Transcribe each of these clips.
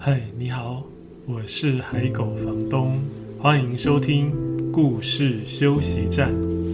嗨，你好，我是海狗房东，欢迎收听故事休息站。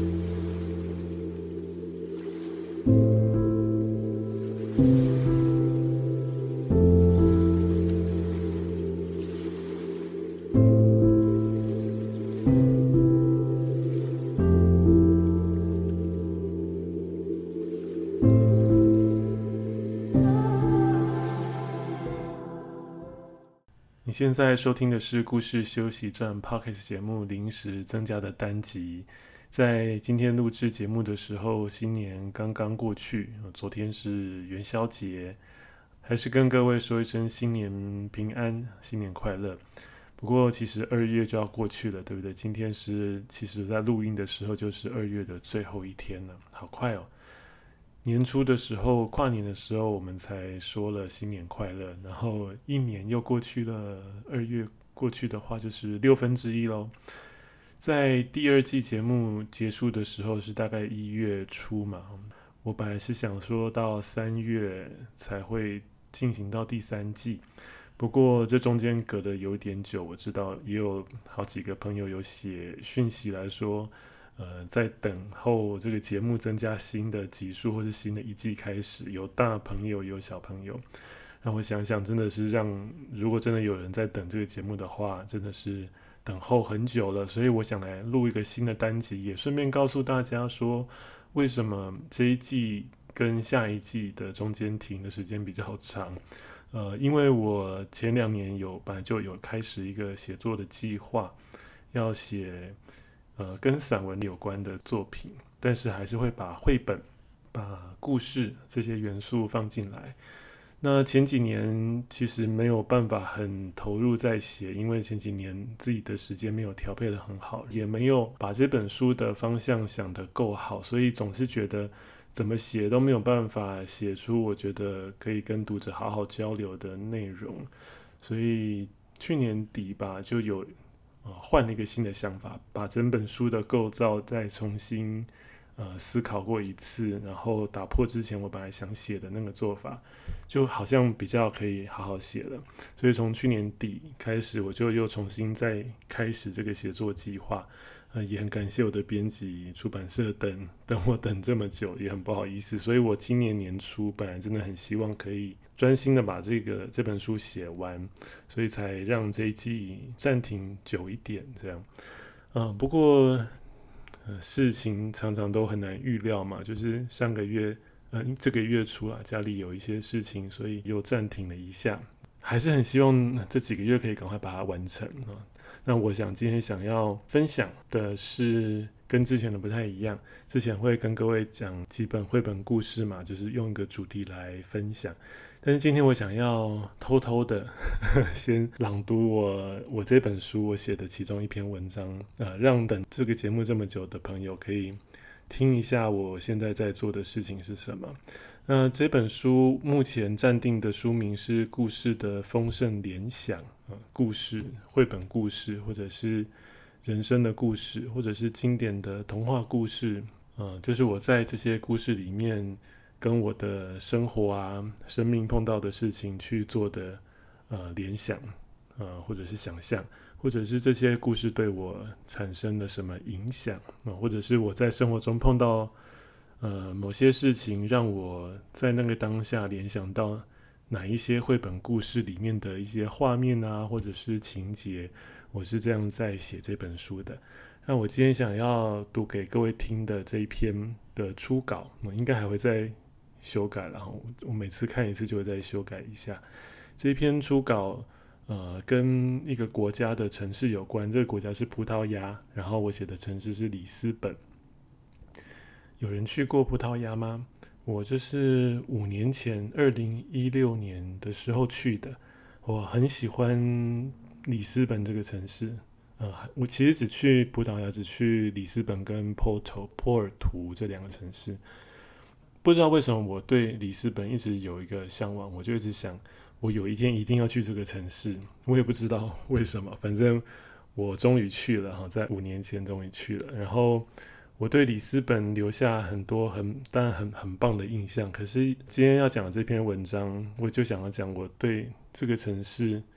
你现在收听的是故事休息站 Podcast 节目临时增加的单集。在今天录制节目的时候，新年刚刚过去，昨天是元宵节，还是跟各位说一声新年平安，新年快乐。不过其实2月就要过去了，对不对？今天其实在录音的时候就是2月的最后一天了，好快哦。年初的时候，跨年的时候，我们才说了新年快乐，然后一年又过去了，2月过去的话就是1/6咯。在第2季节目结束的时候是大概1月初嘛，我本来是想说到3月才会进行到第3季，不过这中间隔得有点久，我知道也有好几个朋友有写讯息来说，在等候这个节目增加新的集数或是新的一季开始，有大朋友有小朋友，让我想想真的是如果真的有人在等这个节目的话，真的是等候很久了，所以我想来录一个新的单集，也顺便告诉大家说，为什么这一季跟下一季的中间停的时间比较长。因为我前2年本来就有开始一个写作的计划，要写跟散文有关的作品，但是还是会把绘本、把故事这些元素放进来。那前几年其实没有办法很投入在写，因为前几年自己的时间没有调配得很好，也没有把这本书的方向想得够好，所以总是觉得怎么写都没有办法写出我觉得可以跟读者好好交流的内容。所以去年底吧，就有换了一个新的想法，把整本书的构造再重新思考过一次，然后打破之前我本来想写的那个做法，就好像比较可以好好写了。所以从去年底开始，我就又重新再开始这个写作计划。也很感谢我的编辑出版社等我等这么久，也很不好意思。所以我今年年初本来真的很希望可以专心的把这本书写完，所以才让这一季暂停久一点这样。不过事情常常都很难预料嘛，就是上个月这个月初家里有一些事情，所以又暂停了一下，还是很希望这几个月可以赶快把它完成那我想今天想要分享的是跟之前的不太一样，之前会跟各位讲几本绘本故事嘛，就是用一个主题来分享，但是今天我想要偷偷的先朗读我这本书我写的其中一篇文章，让等这个节目这么久的朋友可以听一下我现在在做的事情是什么。那这本书目前暂定的书名是故事的丰盛联想，故事、绘本故事，或者是人生的故事，或者是经典的童话故事，就是我在这些故事里面跟我的生活生命碰到的事情去做的联想，或者是想象，或者是这些故事对我产生了什么影响，或者是我在生活中碰到某些事情让我在那个当下联想到哪一些绘本故事里面的一些画面或者是情节，我是这样在写这本书的。那我今天想要读给各位听的这一篇的初稿，应该还会再修改，然后我每次看一次就会再修改一下。这一篇初稿跟一个国家的城市有关，这个国家是葡萄牙，然后我写的城市是里斯本。有人去过葡萄牙吗？我这是5年前2016年的时候去的。我很喜欢里斯本这个城市。我其实只去葡萄牙，只去里斯本跟波尔图这2个城市。不知道为什么我对里斯本一直有一个向往，我就一直想我有一天一定要去这个城市。我也不知道为什么，反正我终于去了，在5年前终于去了。然后我对里斯本留下很多当然很棒的印象，可是今天要讲的这篇文章，我就想要讲我对这个城市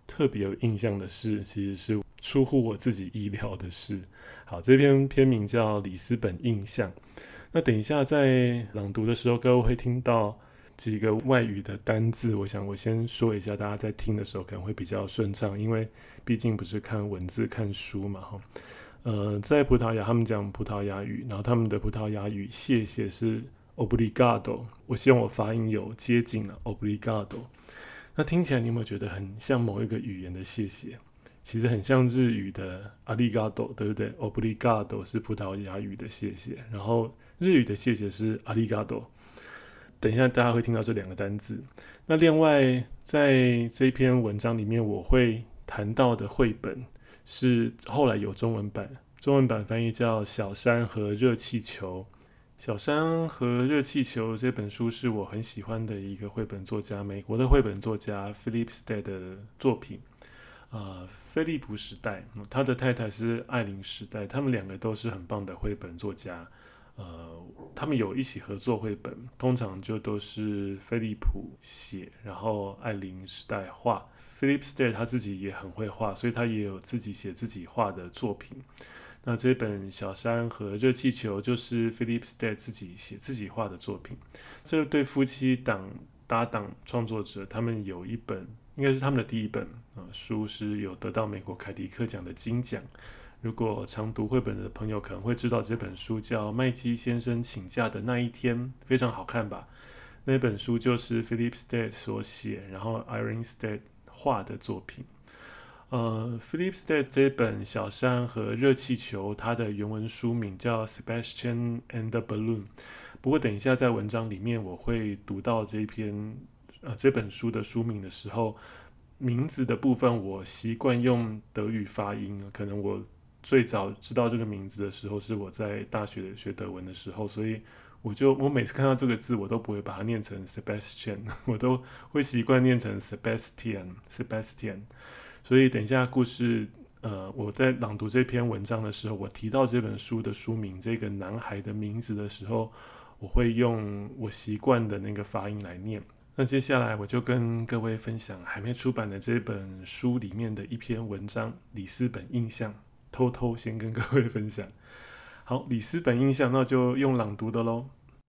特别有印象的事，其实是出乎我自己意料的事。好，这篇篇名叫《里斯本印象》。那等一下在朗读的时候，各位会听到几个外语的单字，我想我先说一下，大家在听的时候可能会比较顺畅，因为毕竟不是看文字看书嘛。在葡萄牙他们讲葡萄牙语，然后他们的葡萄牙语谢谢是 obrigado， 我希望我发音有接近了 obrigado。那听起来你有没有觉得很像某一个语言的谢谢？其实很像日语的 arigato， 对不对？ obrigado 是葡萄牙语的谢谢，然后日语的谢谢是 arigato。等一下大家会听到这两个单字。那另外在这篇文章里面我会谈到的绘本是后来有中文版，中文版翻译叫《小山和热气球》。小山和热气球这本书是我很喜欢的一个绘本作家，美国的绘本作家 Philip Stead 的作品。菲利普史代，他的太太是艾琳史代，他们两个都是很棒的绘本作家。他们有一起合作绘本，通常就都是菲利普写，然后艾琳史代画。Philip Stead 他自己也很会画，所以他也有自己写自己画的作品。那这本小山和热气球就是 Philip Stead 自己写自己画的作品。这对夫妻搭档创作者，他们有一本应该是他们的第一本书，是有得到美国凯迪克奖的金奖。如果常读绘本的朋友可能会知道，这本书叫《麦基先生请假的那一天》，非常好看吧？那本书就是 Philip Stead 所写，然后 Irene Stead 画的作品。Philip Stead 这本小山和热气球，它的原文书名叫 Sebastian and the Balloon。不过等一下在文章里面我会读到这本书的书名的时候，名字的部分我习惯用德语发音，可能我最早知道这个名字的时候是我在大学学德文的时候，所以我每次看到这个字我都不会把它念成 Sebastian， 我都会习惯念成 Sebastian。所以等一下故事我在朗读这篇文章的时候，我提到这本书的书名这个男孩的名字的时候，我会用我习惯的那个发音来念。那接下来我就跟各位分享还没出版的这本书里面的一篇文章《里斯本印象》，偷偷先跟各位分享。好，里斯本印象，那就用朗读的咯。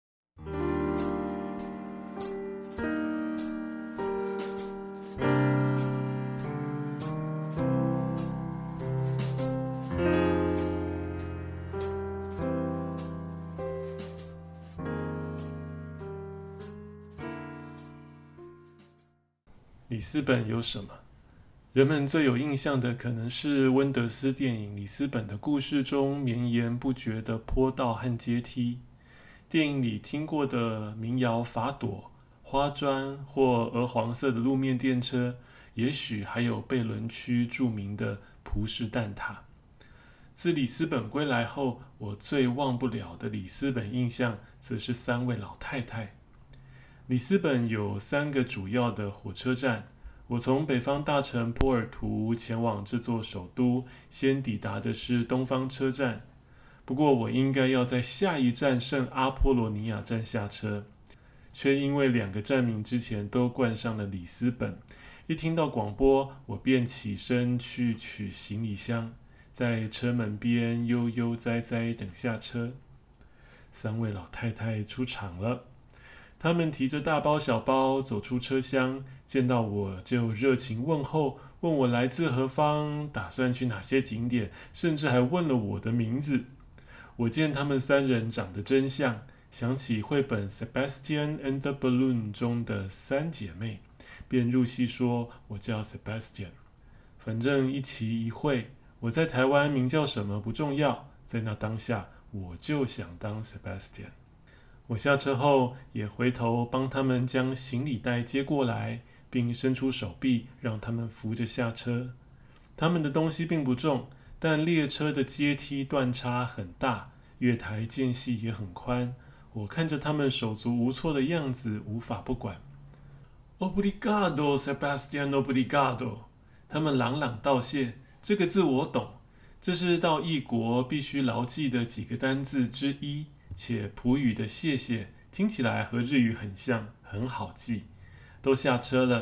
里斯本有什么？人们最有印象的可能是温德斯电影《里斯本的故事》中绵延不绝的坡道和阶梯，电影里听过的民谣法朵、花砖或鹅黄色的路面电车，也许还有贝伦区著名的葡式蛋挞。自里斯本归来后，我最忘不了的里斯本印象，则是3位老太太。里斯本有3个主要的火车站，我从北方大城波尔图前往这座首都，先抵达的是东方车站。不过我应该要在下一站圣阿波罗尼亚站下车，却因为2个站名之前都冠上了里斯本，一听到广播，我便起身去取行李箱，在车门边悠悠哉哉等下车。3位老太太出场了。他们提着大包小包走出车厢，见到我就热情问候，问我来自何方，打算去哪些景点，甚至还问了我的名字。我见他们3人长得真像，想起绘本《Sebastian and the Balloon》中的3姐妹，便入戏说我叫 Sebastian。反正一期一会，我在台湾名叫什么不重要，在那当下我就想当 Sebastian。我下车后也回头帮他们将行李袋接过来，并伸出手臂让他们扶着下车。他们的东西并不重，但列车的阶梯断差很大，月台间隙也很宽。我看着他们手足无措的样子，无法不管。Obrigado, Sebastian, obrigado。他们朗朗道谢，这个字我懂，这是到异国必须牢记的几个单字之一。且葡语的谢谢听起来和日语很像，很好记。都下车了，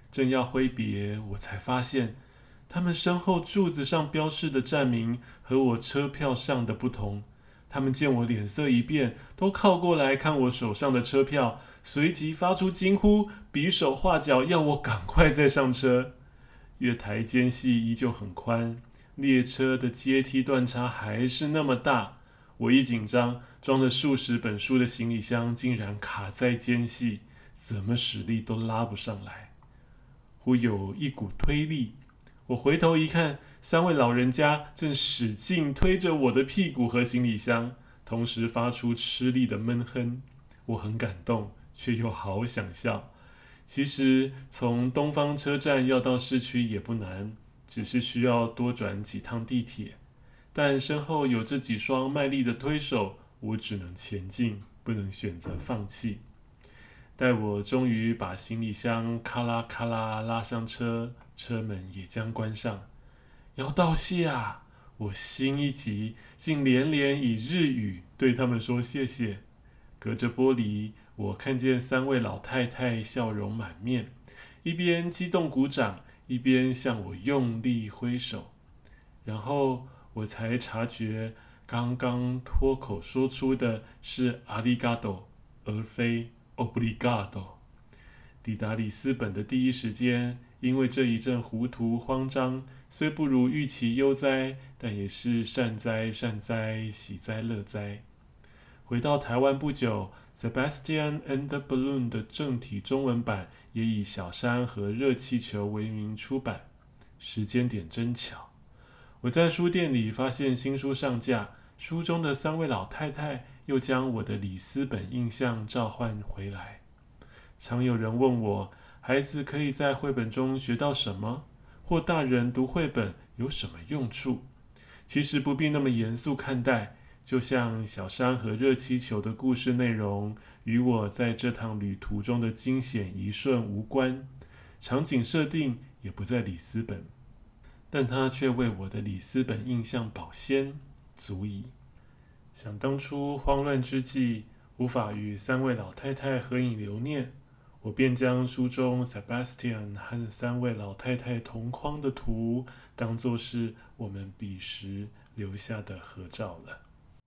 正要挥别，我才发现他们身后柱子上标示的站名和我车票上的不同。他们见我脸色一变，都靠过来看我手上的车票，随即发出惊呼，比手画脚，要我赶快再上车。月台间隙依旧很宽，列车的阶梯断差还是那么大。我一紧张，装了数十本书的行李箱竟然卡在间隙，怎么使力都拉不上来。忽有一股推力，我回头一看，三位老人家正使劲推着我的屁股和行李箱，同时发出吃力的闷哼。我很感动，却又好想笑。其实从东方车站要到市区也不难，只是需要多转几趟地铁。但身后有这几双卖力的推手，我只能前进，不能选择放弃。待我终于把行李箱咔啦咔啦拉上车，车门也将关上。要道谢啊！我心一急，竟连连以日语对他们说谢谢。隔着玻璃，我看见三位老太太笑容满面，一边激动鼓掌，一边向我用力挥手。然后我才察觉，刚刚脱口说出的是阿里嘎多，而非 obrigado。抵达里斯本的第一时间，因为这一阵糊涂慌张，虽不如预期悠哉，但也是善哉善哉，喜哉乐哉。回到台湾不久，Sebastian and the Balloon 的正体中文版也以小山和热气球为名出版，时间点真巧。我在书店里发现新书上架，书中的三位老太太又将我的里斯本印象召唤回来。常有人问我，孩子可以在绘本中学到什么，或大人读绘本有什么用处？其实不必那么严肃看待，就像小山和热气球的故事内容，与我在这趟旅途中的惊险一瞬无关，场景设定也不在里斯本，但它却为我的里斯本印象保鲜，足矣。想当初慌乱之际，无法与三位老太太合影留念，我便将书中 Sebastian 和三位老太太同框的图，当作是我们彼时留下的合照了。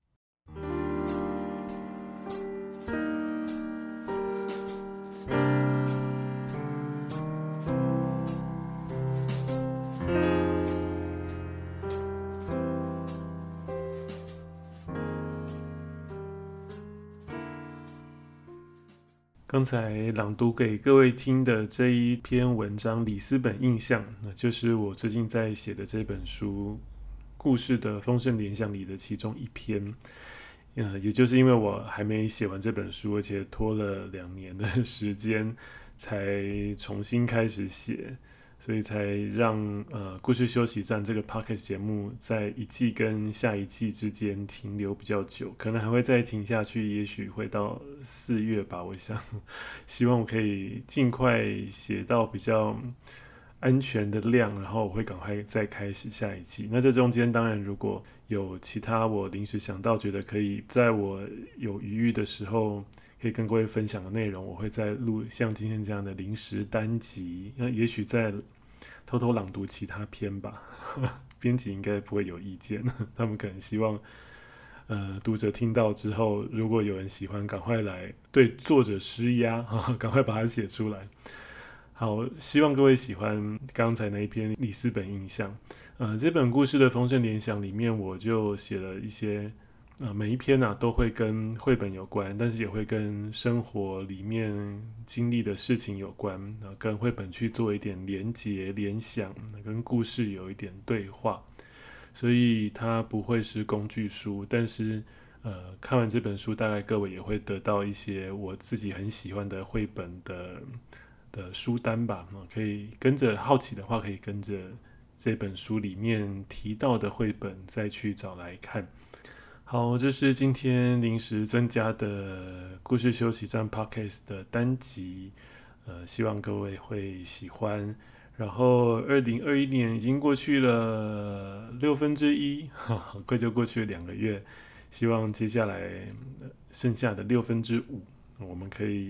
刚才朗读给各位听的这一篇文章《里斯本印象》，那就是我最近在写的这本书故事的丰盛联想里的其中一篇。也就是因为我还没写完这本书，而且拖了2年的时间才重新开始写，所以才让故事休息站这个 podcast 节目在一季跟下一季之间停留比较久，可能还会再停下去，也许会到4月吧。我想希望我可以尽快写到比较安全的量，然后我会赶快再开始下一季。那这中间当然如果有其他我临时想到觉得可以在我有余裕的时候可以跟各位分享的内容，我会再录像今天这样的临时单集，那也许再偷偷朗读其他篇吧。编辑应该不会有意见，他们可能希望读者听到之后，如果有人喜欢，赶快来对作者施压，赶快把它写出来。好，希望各位喜欢刚才那一篇里斯本印象。这本故事的丰盛联想里面，我就写了一些每一篇都会跟绘本有关，但是也会跟生活里面经历的事情有关，跟绘本去做一点连结联想，跟故事有一点对话，所以它不会是工具书，但是看完这本书大概各位也会得到一些我自己很喜欢的绘本的书单吧，可以跟着，好奇的话可以跟着这本书里面提到的绘本再去找来看。好，这是今天临时增加的故事休息站 Podcast 的单集，希望各位会喜欢。然后2021年已经过去了1/6，很快就过去了2个月，希望接下来剩下的5/6，我们可以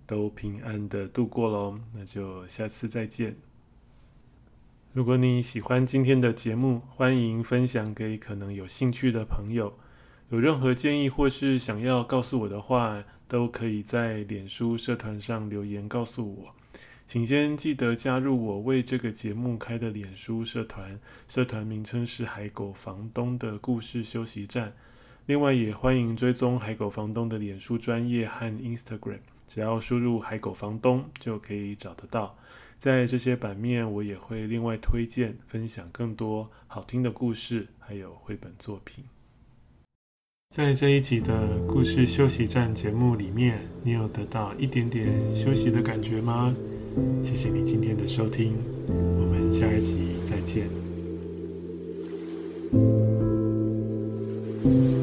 都平安的度过咯。那就下次再见。如果你喜欢今天的节目，欢迎分享给可能有兴趣的朋友。有任何建议或是想要告诉我的话，都可以在脸书社团上留言告诉我。请先记得加入我为这个节目开的脸书社团，社团名称是海狗房东的故事休息站。另外也欢迎追踪海狗房东的脸书专页和 Instagram， 只要输入海狗房东就可以找得到。在这些版面我也会另外推荐分享更多好听的故事还有绘本作品。在这一集的故事休息站节目里面，你有得到一点点休息的感觉吗？谢谢你今天的收听，我们下一集再见。